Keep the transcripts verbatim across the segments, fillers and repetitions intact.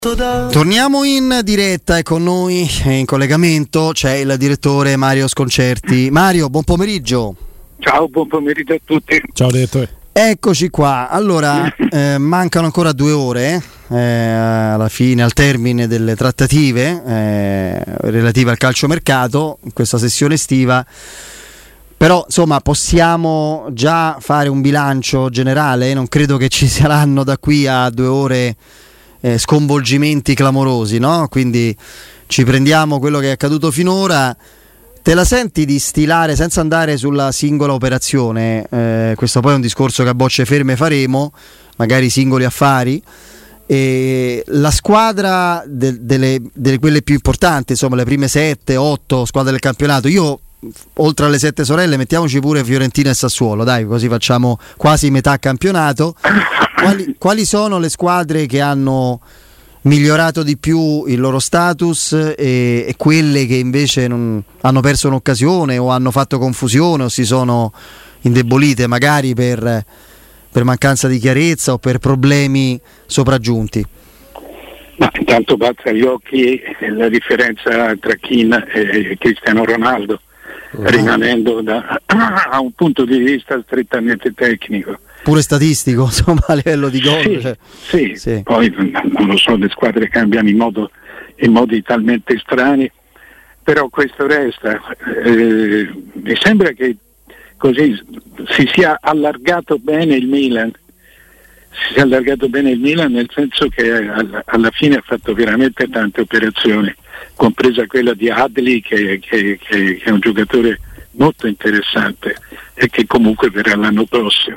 Torniamo in diretta e con noi in collegamento c'è il direttore Mario Sconcerti. Mario, buon pomeriggio. Ciao, buon pomeriggio a tutti. Ciao direttore. Eccoci qua. Allora, eh, mancano ancora due ore eh, alla fine, al termine delle trattative eh, relative al calciomercato in questa sessione estiva. Però insomma possiamo già fare un bilancio generale, non credo che ci saranno da qui a due ore eh, sconvolgimenti clamorosi, no? Quindi ci prendiamo quello che è accaduto finora. Te la senti di stilare, senza andare sulla singola operazione, eh, questo poi è un discorso che a bocce ferme faremo, magari singoli affari, e la squadra de- delle, delle quelle più importanti, insomma le prime sette, otto squadre del campionato, io oltre alle sette sorelle mettiamoci pure Fiorentina e Sassuolo, dai, così facciamo quasi metà campionato. Quali, quali sono le squadre che hanno migliorato di più il loro status e, e quelle che invece non, hanno perso un'occasione o hanno fatto confusione o si sono indebolite magari per, per mancanza di chiarezza o per problemi sopraggiunti? Ma intanto balza agli occhi la differenza tra Keane e Cristiano Ronaldo, uh-huh. rimanendo da, a un punto di vista strettamente tecnico. Pure statistico, insomma, a livello di gol. Sì, cioè. sì. sì. Poi non lo so, le squadre cambiano in, modo, in modi talmente strani, però questo resta. Eh, mi sembra che così si sia allargato bene il Milan, si sia allargato bene il Milan nel senso che alla, alla fine ha fatto veramente tante operazioni, compresa quella di Adli che, che, che, che è un giocatore molto interessante e che comunque verrà l'anno prossimo.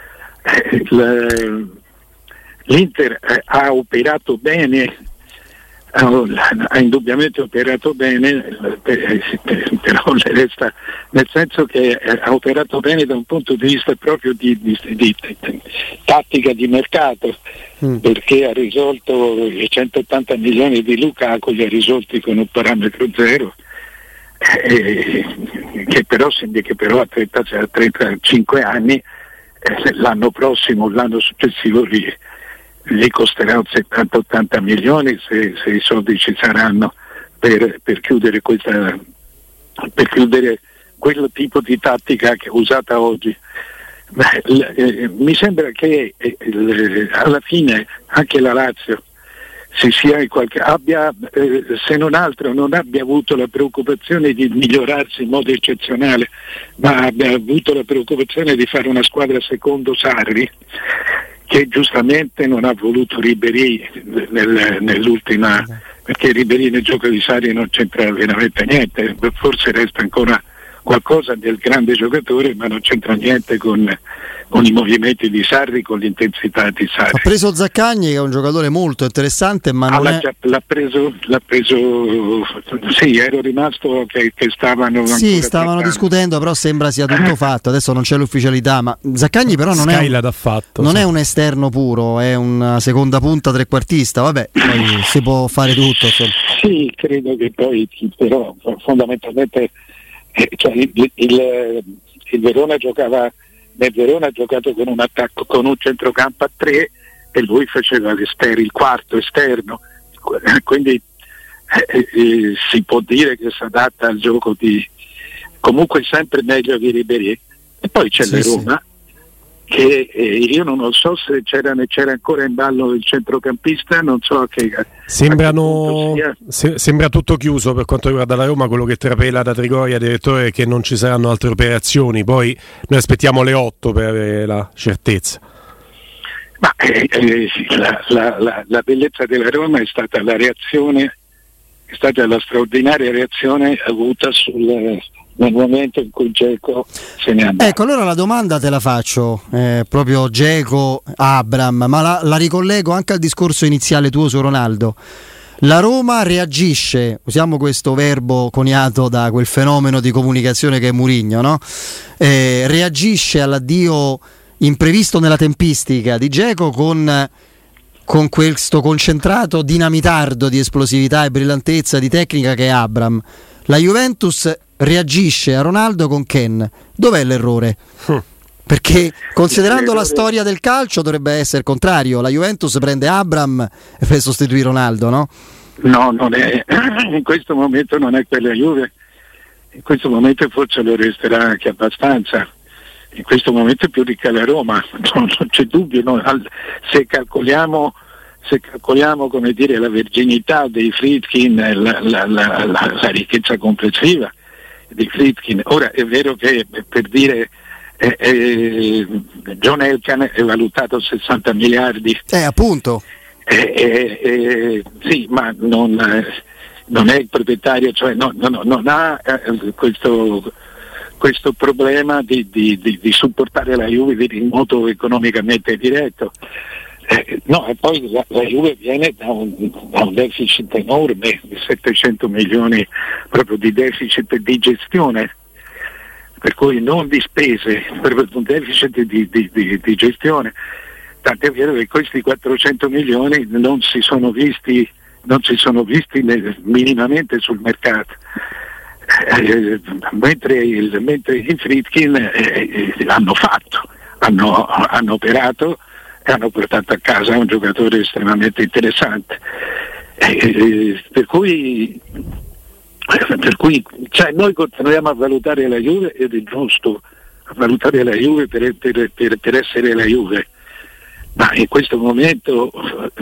L'Inter ha operato bene, ha indubbiamente operato bene, però le resta, nel senso che ha operato bene da un punto di vista proprio di, di, di, di tattica di mercato, mm. perché ha risolto i centottanta milioni di Lukaku, li ha risolti con un parametro zero. Eh, che però che però a trenta, trentacinque anni, eh, l'anno prossimo, l'anno successivo gli, gli costerà settanta ottanta milioni se, se i soldi ci saranno per, per chiudere questa per chiudere quel tipo di tattica che è usata oggi. Beh, l, eh, mi sembra che eh, l, alla fine anche la Lazio si sia in qualche, abbia, eh, se non altro non abbia avuto la preoccupazione di migliorarsi in modo eccezionale, ma abbia avuto la preoccupazione di fare una squadra secondo Sarri, che giustamente non ha voluto Ribéry nel, nell'ultima, perché Ribéry nel gioco di Sarri non c'entra veramente niente, forse resta ancora qualcosa del grande giocatore, ma non c'entra niente con, con i movimenti di Sarri, con l'intensità di Sarri. Ha preso Zaccagni, che è un giocatore molto interessante, ma non ah, è... l'ha, l'ha preso, l'ha preso, sì, ero rimasto che, che stavano sì, stavano discutendo, però sembra sia tutto fatto, adesso non c'è l'ufficialità, ma Zaccagni però non, è un, fatto, non sì. è un esterno puro, è una seconda punta trequartista, vabbè, poi si può fare tutto. Insomma. Sì, credo che poi, però fondamentalmente Eh, cioè il, il, il Verona giocava nel Verona ha giocato con un attacco, con un centrocampo a tre e lui faceva l'esterno, il quarto esterno, quindi eh, eh, si può dire che si adatta al gioco di comunque sempre meglio di Ribéry. E poi c'è sì, la Roma sì. che eh, io non lo so se c'era, c'era ancora in ballo il centrocampista, non so che sembrano se, sembra tutto chiuso per quanto riguarda la Roma. Quello che trapela da Trigoria, direttore, è che non ci saranno altre operazioni, poi noi aspettiamo le otto per avere la certezza. Ma eh, eh, la, la, la, la bellezza della Roma è stata la reazione, è stata la straordinaria reazione avuta sul nel momento in cui Dzeko se ne andava. Ecco, allora la domanda te la faccio, eh, proprio Dzeko, Abram, ma la, la ricollego anche al discorso iniziale tuo su Ronaldo. La Roma reagisce, usiamo questo verbo coniato da quel fenomeno di comunicazione che è Mourinho, no? Eh, reagisce all'addio imprevisto nella tempistica di Dzeko con, con questo concentrato dinamitardo di esplosività e brillantezza, di tecnica che è Abram. La Juventus reagisce a Ronaldo con Ken. Dov'è l'errore? Hm. Perché considerando la storia del calcio dovrebbe essere il contrario, la Juventus prende Abraham per sostituire Ronaldo, no? No, non è, in questo momento non è quella Juve, in questo momento forse lo resterà anche abbastanza, in questo momento è più ricca la Roma, non, non c'è dubbio, no? se calcoliamo se calcoliamo come dire la verginità dei Friedkin, la, la, la, la, la ricchezza complessiva di Friedkin. Ora è vero che per dire eh, eh, John Elkann è valutato sessanta miliardi. Eh, appunto. Eh, eh, eh, sì, ma non, eh, non è il proprietario, cioè no, no, no, non ha eh, questo, questo problema di, di, di, di supportare la Juve in modo economicamente diretto. Eh, no, e poi la, la Juve viene da un, da un deficit enorme di settecento milioni proprio di deficit di gestione, per cui non di spese, proprio un deficit di, di, di, di gestione. Tant'è vero che questi quattrocento milioni non si sono visti, non si sono visti minimamente sul mercato. Eh, mentre, il, mentre i Friedkin eh, hanno fatto, hanno, hanno operato e hanno portato a casa un giocatore estremamente interessante. Eh, per cui, per cui cioè noi continuiamo a valutare la Juve ed è giusto a valutare la Juve per, per, per, per essere la Juve. Ma in questo momento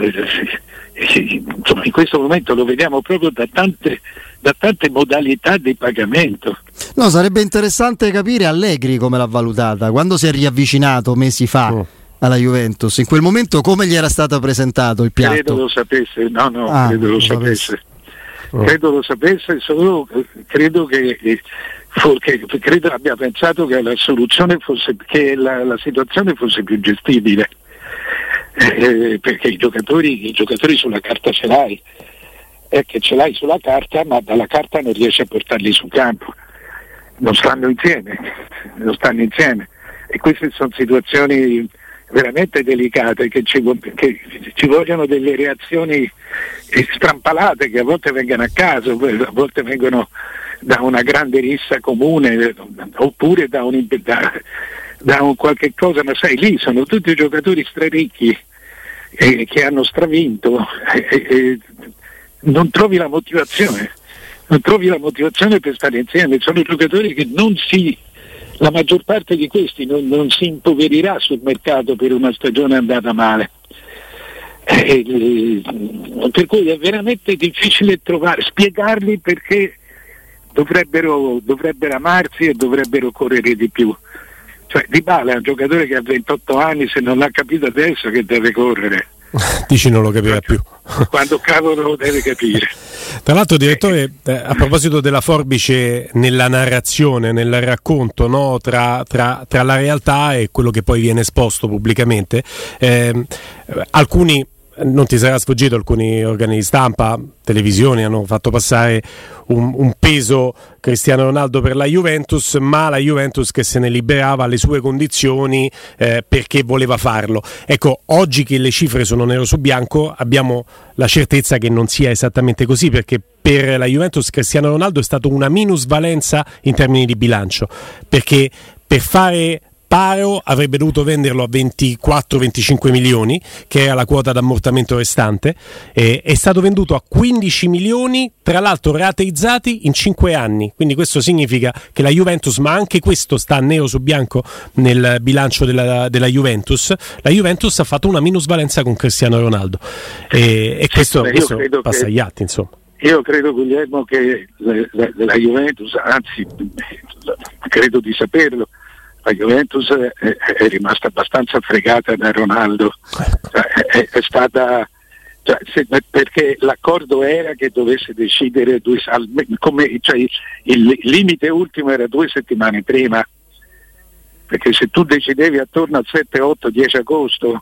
eh, insomma, in questo momento lo vediamo proprio da tante, da tante modalità di pagamento. No, sarebbe interessante capire Allegri come l'ha valutata, quando si è riavvicinato mesi fa oh. alla Juventus, in quel momento come gli era stato presentato il piatto? Credo lo sapesse, no no, ah, credo lo, lo sapesse. Oh. Credo lo sapesse, solo credo che, che credo abbia pensato che la soluzione fosse che la, la situazione fosse più gestibile. Eh, perché i giocatori, i giocatori sulla carta ce l'hai, è che ce l'hai sulla carta, ma dalla carta non riesci a portarli sul campo, non stanno insieme, non stanno insieme, e queste sono situazioni veramente delicate che ci, che ci vogliono delle reazioni strampalate che a volte vengono a caso, a volte vengono da una grande rissa comune oppure da un, da, da un qualche cosa, ma sai, lì sono tutti giocatori straricchi eh, che hanno stravinto e eh, eh, non trovi la motivazione non trovi la motivazione per stare insieme, sono giocatori che non si la maggior parte di questi non, non si impoverirà sul mercato per una stagione andata male, eh, eh, per cui è veramente difficile trovare, spiegarli perché dovrebbero, dovrebbero amarsi e dovrebbero correre di più. Cioè Dybala è un giocatore che ha ventotto anni, se non l'ha capito adesso che deve correre. Dici non lo capirà più. Quando cavolo lo deve capire. Tra l'altro, direttore, eh, a proposito della forbice nella narrazione, nel racconto, no, tra, tra, tra la realtà e quello che poi viene esposto pubblicamente, eh, alcuni, non ti sarà sfuggito, alcuni organi di stampa, televisioni hanno fatto passare un, un peso Cristiano Ronaldo per la Juventus, ma la Juventus che se ne liberava alle sue condizioni eh, perché voleva farlo. Ecco, oggi che le cifre sono nero su bianco abbiamo la certezza che non sia esattamente così, perché per la Juventus Cristiano Ronaldo è stato una minusvalenza in termini di bilancio, perché per fare Paro avrebbe dovuto venderlo a ventiquattro venticinque milioni, che era la quota d'ammortamento restante, e è stato venduto a quindici milioni, tra l'altro rateizzati in cinque anni. Quindi questo significa che la Juventus, ma anche questo sta nero su bianco nel bilancio della, della Juventus, la Juventus ha fatto una minusvalenza con Cristiano Ronaldo, e, e questo, questo passa agli atti, insomma. Io credo, Guglielmo, che la, la, la Juventus, anzi credo di saperlo, la Juventus è, è rimasta abbastanza fregata da Ronaldo, è, è stata, cioè, se, perché l'accordo era che dovesse decidere due, come, cioè, il limite ultimo era due settimane prima, perché se tu decidevi attorno al sette, otto, dieci agosto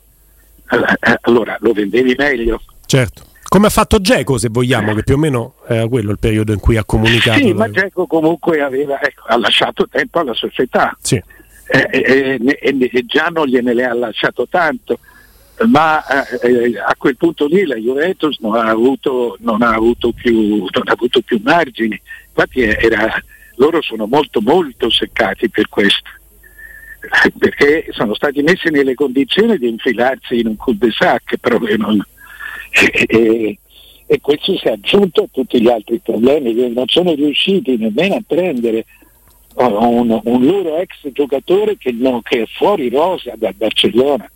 allora lo vendevi meglio. Certo. Come ha fatto Dzeko, se vogliamo, che più o meno era quello il periodo in cui ha comunicato. Sì, ma Dzeko comunque aveva, ecco, ha lasciato tempo alla società. Sì. Eh, eh, eh, eh, già non gliene ha lasciato tanto, ma eh, a quel punto lì la Juventus non ha avuto, non ha avuto, più, non ha avuto più margini. Infatti era, loro sono molto molto seccati per questo, perché sono stati messi nelle condizioni di infilarsi in un cul-de-sac proprio non, e, e, e questo si è aggiunto a tutti gli altri problemi che non sono riusciti nemmeno a prendere un, un loro ex giocatore che, no, che è fuori rosa da Barcellona.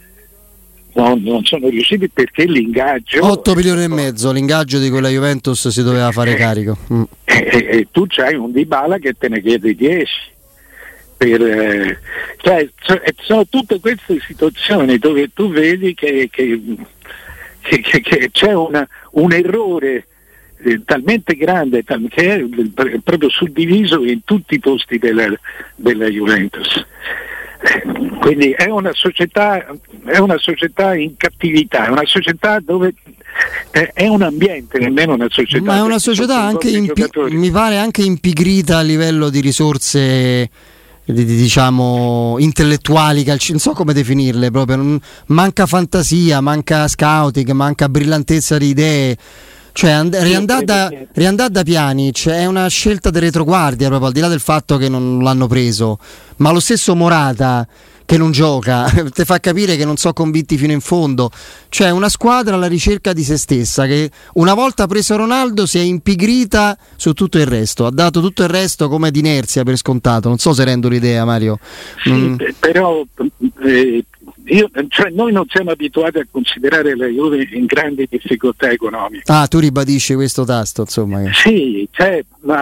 Non, non sono riusciti perché l'ingaggio otto milioni e mezzo, l'ingaggio di quella Juventus si doveva fare carico. Mm. E, e, e tu c'hai un Dybala che te ne chiede dieci. Per, eh, cioè, sono tutte queste situazioni dove tu vedi che, che, che, che, che c'è una, un errore eh, talmente grande tal, che è proprio suddiviso in tutti i posti della, della Juventus. Quindi è una società è una società in cattività, è una società dove è un ambiente, nemmeno una società. Ma è una società anche impi- mi pare anche impigrita a livello di risorse, diciamo, intellettuali, calci- non so come definirle, proprio non, manca fantasia, manca scouting, manca brillantezza di idee. Cioè and- riandare da, riandare da Pjanic è una scelta di retroguardia, proprio al di là del fatto che non l'hanno preso, ma lo stesso Morata che non gioca ti fa capire che non sono convinti fino in fondo. Cioè una squadra alla ricerca di se stessa che una volta preso Ronaldo si è impigrita su tutto il resto, ha dato tutto il resto come d'inerzia per scontato. Non so se rendo l'idea, Mario. Sì, mm. però eh, io, cioè, noi non siamo abituati a considerare la Juve in grandi difficoltà economiche. Ah, tu ribadisci questo tasto, insomma. Che... Sì, cioè, ma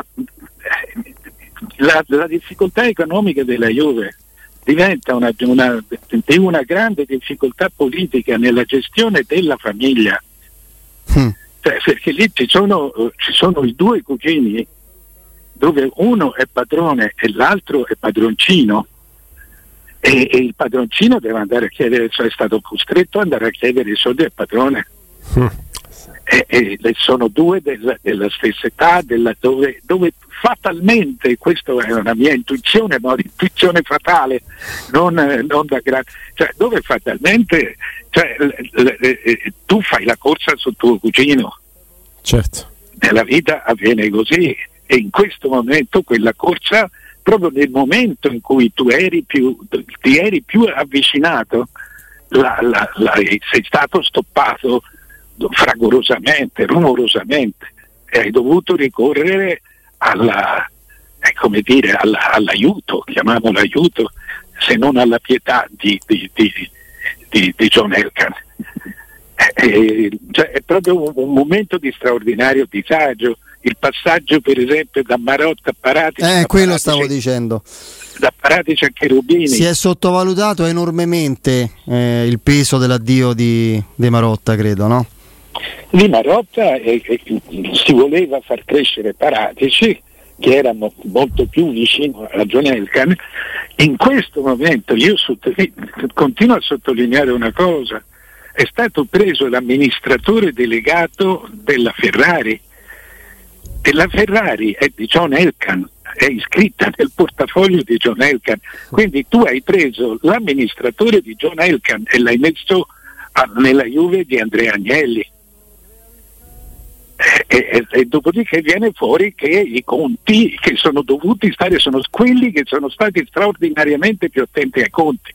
la, la difficoltà economica della Juve diventa una, una, di una grande difficoltà politica nella gestione della famiglia. Mm. Cioè, perché lì ci sono, ci sono i due cugini dove uno è padrone e l'altro è padroncino. E, e il padroncino deve andare a chiedere, cioè è stato costretto ad andare a chiedere i soldi al padrone. Mm. E, e sono due della, della stessa età, della, dove, dove fatalmente, questa è una mia intuizione, ma un'intuizione fatale, non, non da grande, cioè dove fatalmente, cioè, l, l, l, tu fai la corsa sul tuo cugino. Certo. Nella vita avviene così, e in questo momento quella corsa, proprio nel momento in cui tu eri più, ti eri più avvicinato, la, la, la, sei stato stoppato fragorosamente, rumorosamente, e hai dovuto ricorrere alla, eh, come dire, alla, all'aiuto, chiamiamolo aiuto, se non alla pietà di, di, di, di, di John Elkann. Eh, cioè, è proprio un, un momento di straordinario disagio. Il passaggio, per esempio, da Marotta a Paratici, eh, da quello Paratici, stavo dicendo, da Paratici a Cherubini, si è sottovalutato enormemente eh, il peso dell'addio di, di Marotta, credo, no? Di Marotta eh, eh, si voleva far crescere Paratici, che era mo- molto più vicino a John Elkann. In questo momento io sottoline- continuo a sottolineare una cosa: è stato preso l'amministratore delegato della Ferrari, e la Ferrari è di John Elkann, è iscritta nel portafoglio di John Elkann, quindi tu hai preso l'amministratore di John Elkann e l'hai messo a, nella Juve di Andrea Agnelli. E, e, e dopodiché viene fuori che i conti che sono dovuti stare sono quelli che sono stati straordinariamente più attenti ai conti.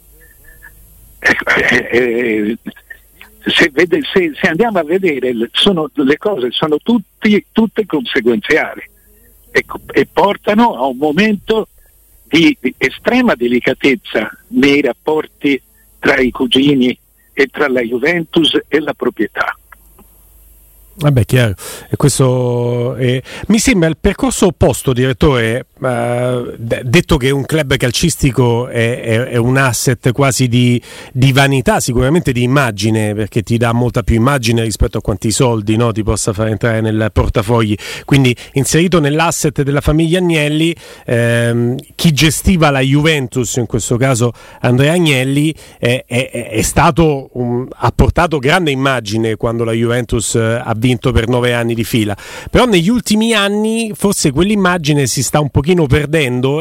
E, e, se, vede, se, se andiamo a vedere, sono, le cose sono tutti, tutte conseguenziali e, e portano a un momento di, di estrema delicatezza nei rapporti tra i cugini e tra la Juventus e la proprietà. Vabbè, chiaro. E questo è... mi sembra il percorso opposto, direttore. Uh, d- detto che un club calcistico è, è, è un asset quasi di, di vanità, sicuramente di immagine, perché ti dà molta più immagine rispetto a quanti soldi, no, ti possa far entrare nel portafogli. Quindi inserito nell'asset della famiglia Agnelli, ehm, chi gestiva la Juventus, in questo caso Andrea Agnelli, è, è, è stato un, ha portato grande immagine quando la Juventus ha vinto per nove anni di fila, però negli ultimi anni forse quell'immagine si sta un pochino perdendo e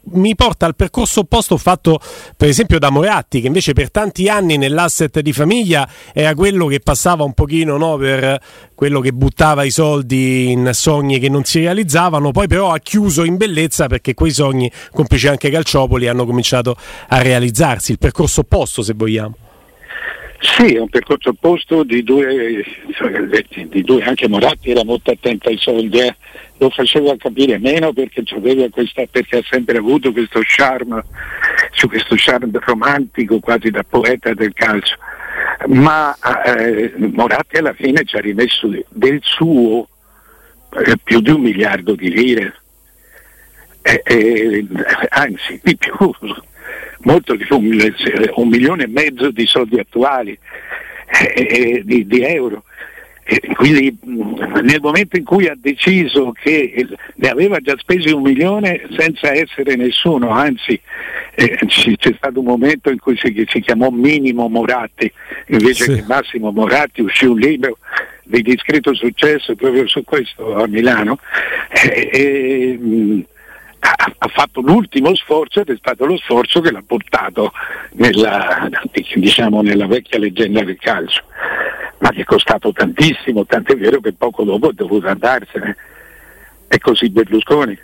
mi porta al percorso opposto fatto per esempio da Moratti, che invece per tanti anni nell'asset di famiglia era quello che passava un pochino, no, per quello che buttava i soldi in sogni che non si realizzavano, poi però ha chiuso in bellezza perché quei sogni, complice anche Calciopoli, hanno cominciato a realizzarsi. Il percorso opposto, se vogliamo. Sì, è un percorso opposto di due, di due anche Moratti era molto attento ai soldi, eh. Lo faceva capire meno perché, questa, perché ha sempre avuto questo charme, su questo charme romantico quasi da poeta del calcio, ma eh, Moratti alla fine ci ha rimesso del suo eh, più di un miliardo di lire, eh, eh, anzi di più, molto di più, un, un milione e mezzo di soldi attuali, eh, di, di euro. E quindi nel momento in cui ha deciso che ne aveva già spesi un milione senza essere nessuno, anzi eh, c'è stato un momento in cui si, si chiamò Minimo Moratti invece sì. che Massimo Moratti, uscì un libro di discreto successo proprio su questo a Milano, e, e, mh, ha, ha fatto l'ultimo sforzo ed è stato lo sforzo che l'ha portato nella, diciamo, nella vecchia leggenda del calcio, ma che è costato tantissimo, tant'è vero che poco dopo è dovuto andarsene. E così Berlusconi,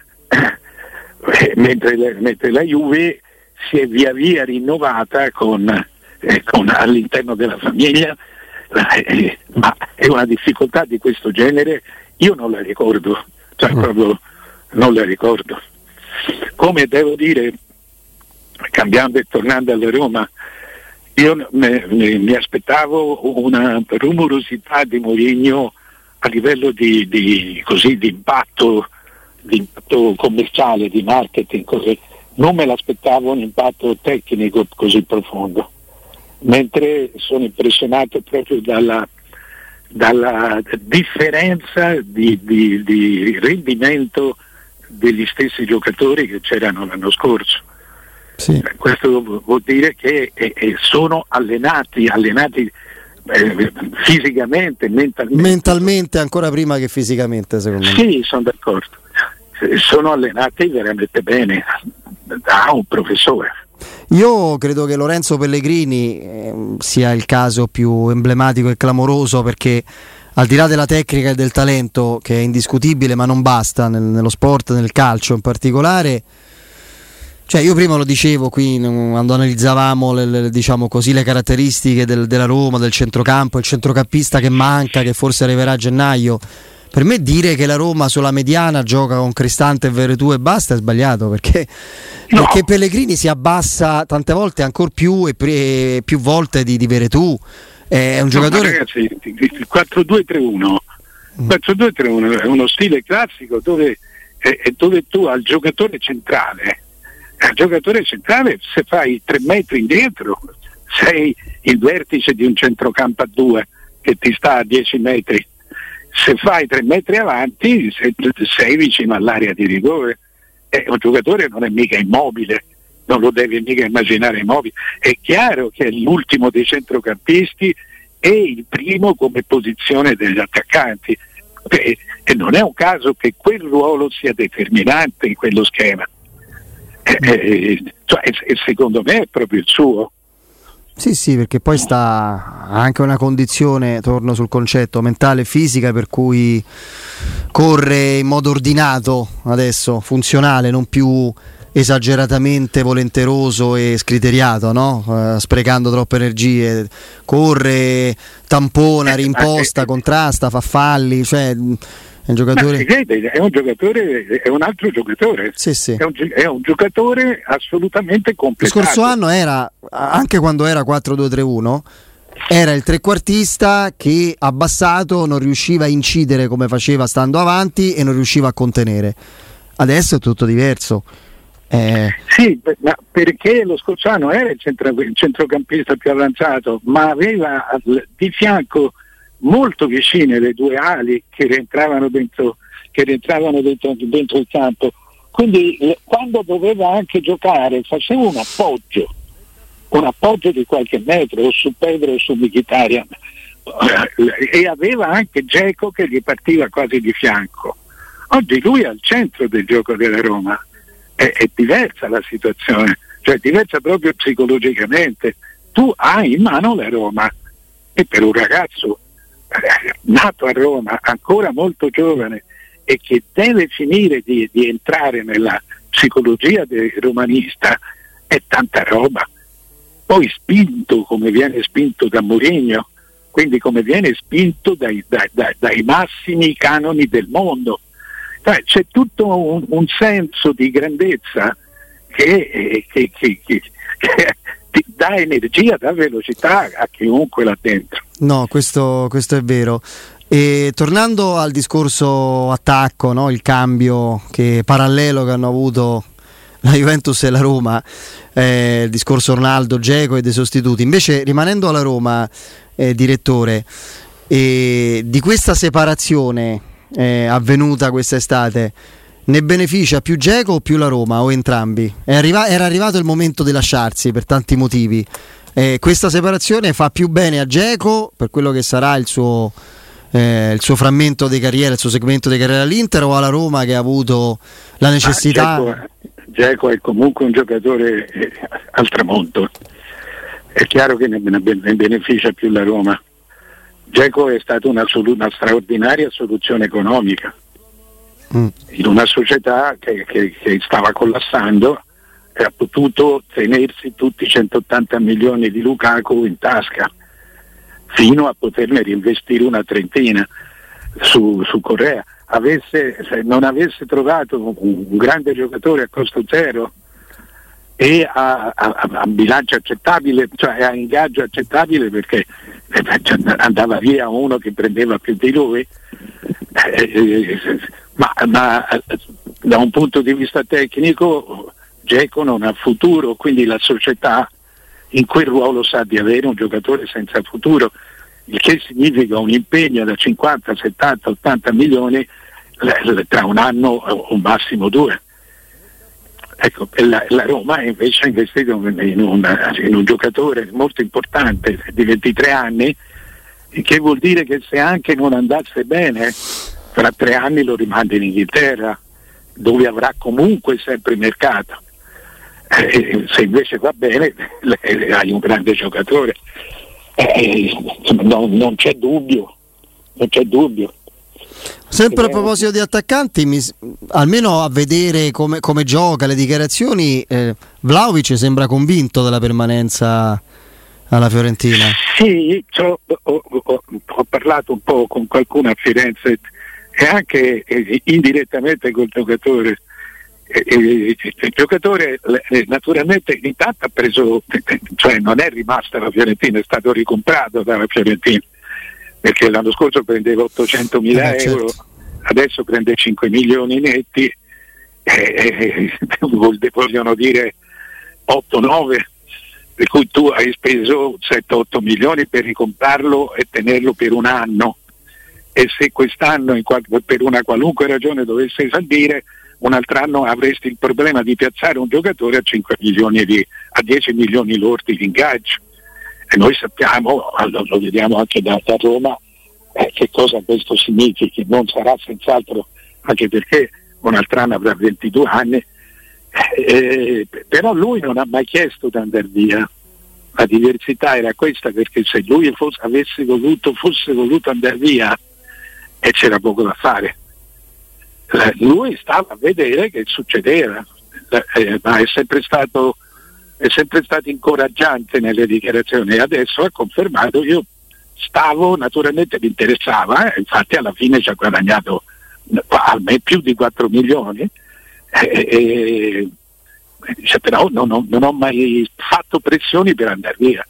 mentre, la, mentre la Juve si è via via rinnovata con, eh, con all'interno della famiglia, eh, ma è una difficoltà di questo genere, io non la ricordo, cioè proprio non la ricordo. Come devo dire, cambiando e tornando alla Roma, io me, me, mi aspettavo una rumorosità di Mourinho a livello di, di, così, di, impatto, di impatto commerciale, di marketing, così. Non me l'aspettavo un impatto tecnico così profondo, mentre sono impressionato proprio dalla, dalla differenza di, di, di rendimento degli stessi giocatori che c'erano l'anno scorso. Sì. Questo vuol dire che eh, sono allenati, allenati eh, fisicamente, mentalmente. Mentalmente ancora prima che fisicamente, secondo me. Sì, sono d'accordo. Sono allenati veramente bene da un professore. Io credo che Lorenzo Pellegrini eh, sia il caso più emblematico e clamoroso, perché al di là della tecnica e del talento, che è indiscutibile ma non basta nel, nello sport, nel calcio in particolare. Cioè, io prima lo dicevo qui quando analizzavamo le, le, diciamo così, le caratteristiche del, della Roma, del centrocampo, il centrocampista che manca, che forse arriverà a gennaio. Per me dire che la Roma sulla mediana gioca con Cristante e Veretù e basta è sbagliato, perché, no. perché Pellegrini si abbassa tante volte ancora più e pre, più volte di, di Veretù. È un no, giocatore. Ragazzi, il quattro due tre uno quattro due tre uno è uno stile classico dove, eh, dove tu al giocatore centrale, al giocatore centrale se fai tre metri indietro sei il vertice di un centrocampo a due che ti sta a dieci metri. Se fai tre metri avanti sei, sei vicino all'area di rigore. Eh, un giocatore non è mica immobile, non lo devi mica immaginare immobile. È chiaro che è l'ultimo dei centrocampisti e il primo come posizione degli attaccanti, e, e non è un caso che quel ruolo sia determinante in quello schema. Eh, eh, cioè, e secondo me è proprio il suo. Sì, sì, perché poi sta anche una condizione, torno sul concetto, mentale e fisica, per cui corre in modo ordinato adesso, funzionale, non più esageratamente volenteroso e scriteriato, no? Uh, sprecando troppe energie, corre, tampona, rimposta, contrasta, fa falli, cioè è un giocatore. È un giocatore, è un altro giocatore. Sì, sì. È, un, è un giocatore assolutamente completato. Lo scorso anno era, anche quando era quattro due tre uno, era il trequartista che abbassato non riusciva a incidere come faceva stando avanti e non riusciva a contenere. Adesso è tutto diverso. Eh... Sì, ma perché lo scorso anno era il, centro, il centrocampista più avanzato, ma aveva di fianco molto vicine le due ali che rientravano dentro, che rientravano dentro, dentro il campo, quindi eh, quando doveva anche giocare faceva un appoggio un appoggio di qualche metro o su Pedro o su Mkhitaryan, eh, e aveva anche Dzeko che gli partiva quasi di fianco. Oggi lui è al centro del gioco della Roma, è, è diversa la situazione, cioè è diversa proprio psicologicamente. Tu hai in mano la Roma e per un ragazzo eh, nato a Roma, ancora molto giovane e che deve finire di, di entrare nella psicologia del romanista, è tanta roba. Poi spinto come viene spinto da Mourinho, quindi come viene spinto dai, dai, dai, dai massimi canoni del mondo. Cioè, c'è tutto un, un senso di grandezza che, che, che, che, che ti dà energia, dà velocità a chiunque là dentro. No, questo, questo è vero. E tornando al discorso attacco, no? Il cambio che parallelo che hanno avuto la Juventus e la Roma, eh, il discorso Ronaldo, Dzeko e dei sostituti. Invece, rimanendo alla Roma, eh, direttore, eh, di questa separazione eh, avvenuta quest'estate, ne beneficia più Dzeko o più la Roma o entrambi? È arriva- era arrivato il momento di lasciarsi per tanti motivi. Eh, questa separazione fa più bene a Dzeko per quello che sarà il suo, eh, il suo frammento di carriera, il suo segmento di carriera all'Inter, o alla Roma che ha avuto la necessità? Ah, Dzeko è comunque un giocatore eh, al tramonto, è chiaro che ne, ne beneficia più la Roma. Dzeko è stata una, una straordinaria soluzione economica mm. in una società che, che, che stava collassando e ha potuto tenersi tutti i centottanta milioni di Lukaku in tasca fino a poterne reinvestire una trentina su, su Correa. Avesse, se non avesse trovato un, un grande giocatore a costo zero e a, a, a bilancio accettabile, cioè a ingaggio accettabile, perché eh, andava via uno che prendeva più di lui, eh, eh, ma, ma da un punto di vista tecnico Dzeko non ha futuro, quindi la società in quel ruolo sa di avere un giocatore senza futuro, il che significa un impegno da cinquanta, settanta, ottanta milioni tra un anno o massimo due. Ecco, la, la Roma invece ha investito in un, in un giocatore molto importante di ventitré anni, che vuol dire che se anche non andasse bene, fra tre anni lo rimanda in Inghilterra, dove avrà comunque sempre mercato. Eh, se invece va bene, hai un grande giocatore. Eh, non, non c'è dubbio, non c'è dubbio. Sempre a proposito di attaccanti, mi, almeno a vedere come, come gioca, le dichiarazioni, eh, Vlahovic sembra convinto della permanenza alla Fiorentina. Sì, ho, ho, ho, ho parlato un po' con qualcuno a Firenze e anche eh, indirettamente col giocatore. Eh, eh, il giocatore eh, naturalmente intanto ha preso, cioè non è rimasta la Fiorentina, è stato ricomprato dalla Fiorentina, perché l'anno scorso prendeva ottocentomila eh, euro, certo. Adesso prende cinque milioni netti, eh, eh, vogliono dire otto nove, per cui tu hai speso sette otto milioni per ricomprarlo e tenerlo per un anno, e se quest'anno in qual- per una qualunque ragione dovesse salire, un altro anno avresti il problema di piazzare un giocatore a cinque milioni di, a dieci milioni lordi di ingaggio. E noi sappiamo, lo, lo vediamo anche da, da Roma, eh, che cosa questo significa. Non sarà senz'altro, anche perché un altro anno avrà ventidue anni, eh, però lui non ha mai chiesto di andare via. La diversità era questa, perché se lui fosse, avesse voluto, fosse voluto andare via, e eh, c'era poco da fare. Eh, lui stava a vedere che succedeva, eh, ma è sempre stato è sempre stato incoraggiante nelle dichiarazioni, e adesso ha confermato. Io stavo, naturalmente mi interessava, eh, infatti alla fine ci ha guadagnato a me più di quattro milioni, eh, eh, cioè, però non, non, non ho mai fatto pressioni per andare via.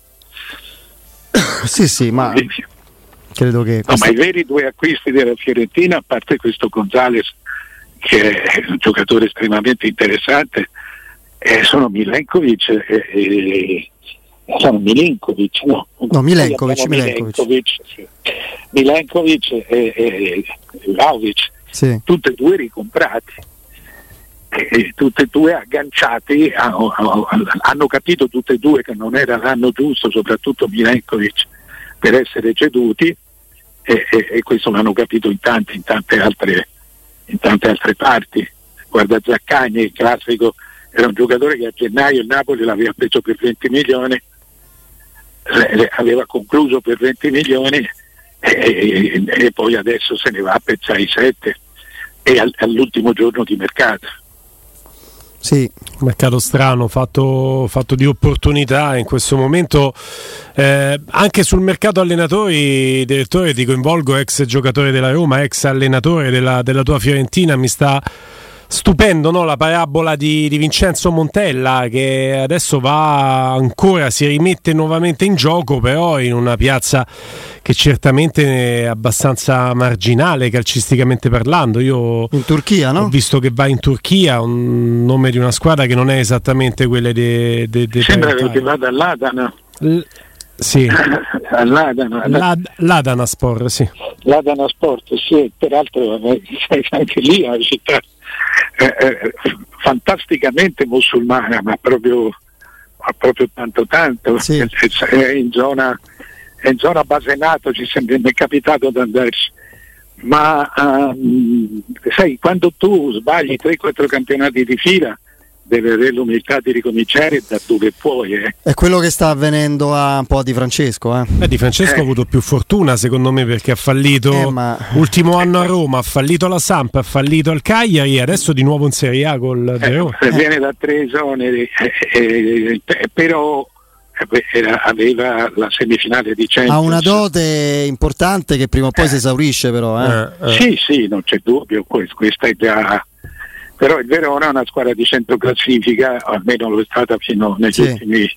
Sì, sì, ma credo che no, ma i veri due acquisti della Fiorentina, a parte questo Gonzalez, che è un giocatore estremamente interessante, eh, sono Milenkovic e, e sono Milinkovic, no? No, Milenkovic, Milenkovic. Milenkovic, sì. Milenkovic e, e Vlahovic, sì. Tutti e due ricomprati, e tutti e due agganciati, hanno, hanno capito tutti e due che non era l'anno giusto, soprattutto Milenkovic, per essere ceduti, e, e, e questo l'hanno capito in tante, in tante altre in tante altre parti. guarda Zaccagni, il classico, era un giocatore che a gennaio il Napoli l'aveva preso per venti milioni, le, le, aveva concluso per venti milioni e, e poi adesso se ne va per sei sette e all, all'ultimo giorno di mercato. Sì, mercato strano, fatto, fatto di opportunità in questo momento. Eh, anche sul mercato allenatori, direttore, ti coinvolgo, ex giocatore della Roma, ex allenatore della, della tua Fiorentina. Mi sta stupendo, no? La parabola di, di Vincenzo Montella, che adesso va ancora, si rimette nuovamente in gioco, però in una piazza che certamente è abbastanza marginale calcisticamente parlando. Io in Turchia, no? Ho visto che va in Turchia, un nome di una squadra che non è esattamente quelle dei de, de sembra che vada all'Adana. L- sì. all'Adana L'Ad- l'Adanaspor, sì. L'Adanasport, sì, peraltro anche lì è una città eh, eh, fantasticamente musulmana, ma proprio, ma proprio tanto tanto, sì. è, è in zona è in zona Basenato, ci sembra, mi è capitato di andarci, ma um, sai, quando tu sbagli tre quattro campionati di fila devi avere l'umiltà di ricominciare da dove puoi. Eh. È quello che sta avvenendo a un po' Di Francesco. Eh. Eh, Di Francesco eh. ha avuto più fortuna secondo me, perché ha fallito eh, ma... ultimo anno a Roma, ha fallito la Samp, ha fallito al Cagliari e adesso di nuovo in Serie A col eh, eh. Viene da tre esoneri, eh, eh, però era, aveva la semifinale di Champions. Ha una dote importante che prima o poi eh. si esaurisce però. Eh. Eh, eh. Sì, sì, non c'è dubbio, questa è già... Però il Verona è una squadra di centro classifica, almeno lo è stata fino negli sì. ultimi eh,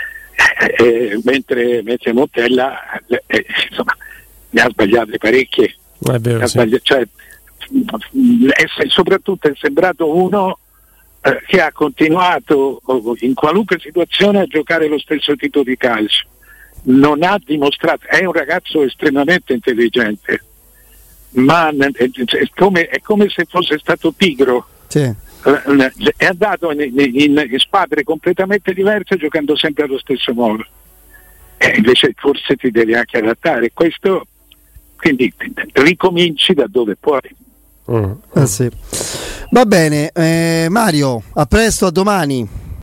eh, mentre, mentre Montella eh, insomma ne ha sbagliate parecchie. È vero, sì. sbagliato, cioè, è, soprattutto è sembrato uno eh, che ha continuato in qualunque situazione a giocare lo stesso tipo di calcio. Non ha dimostrato, è un ragazzo estremamente intelligente, ma è come, è come se fosse stato pigro. Sì. È andato in, in, in squadre completamente diverse giocando sempre allo stesso modo, e invece forse ti devi anche adattare questo, quindi ricominci da dove puoi. Mm. Eh sì. Va bene, eh, Mario, a presto, a domani.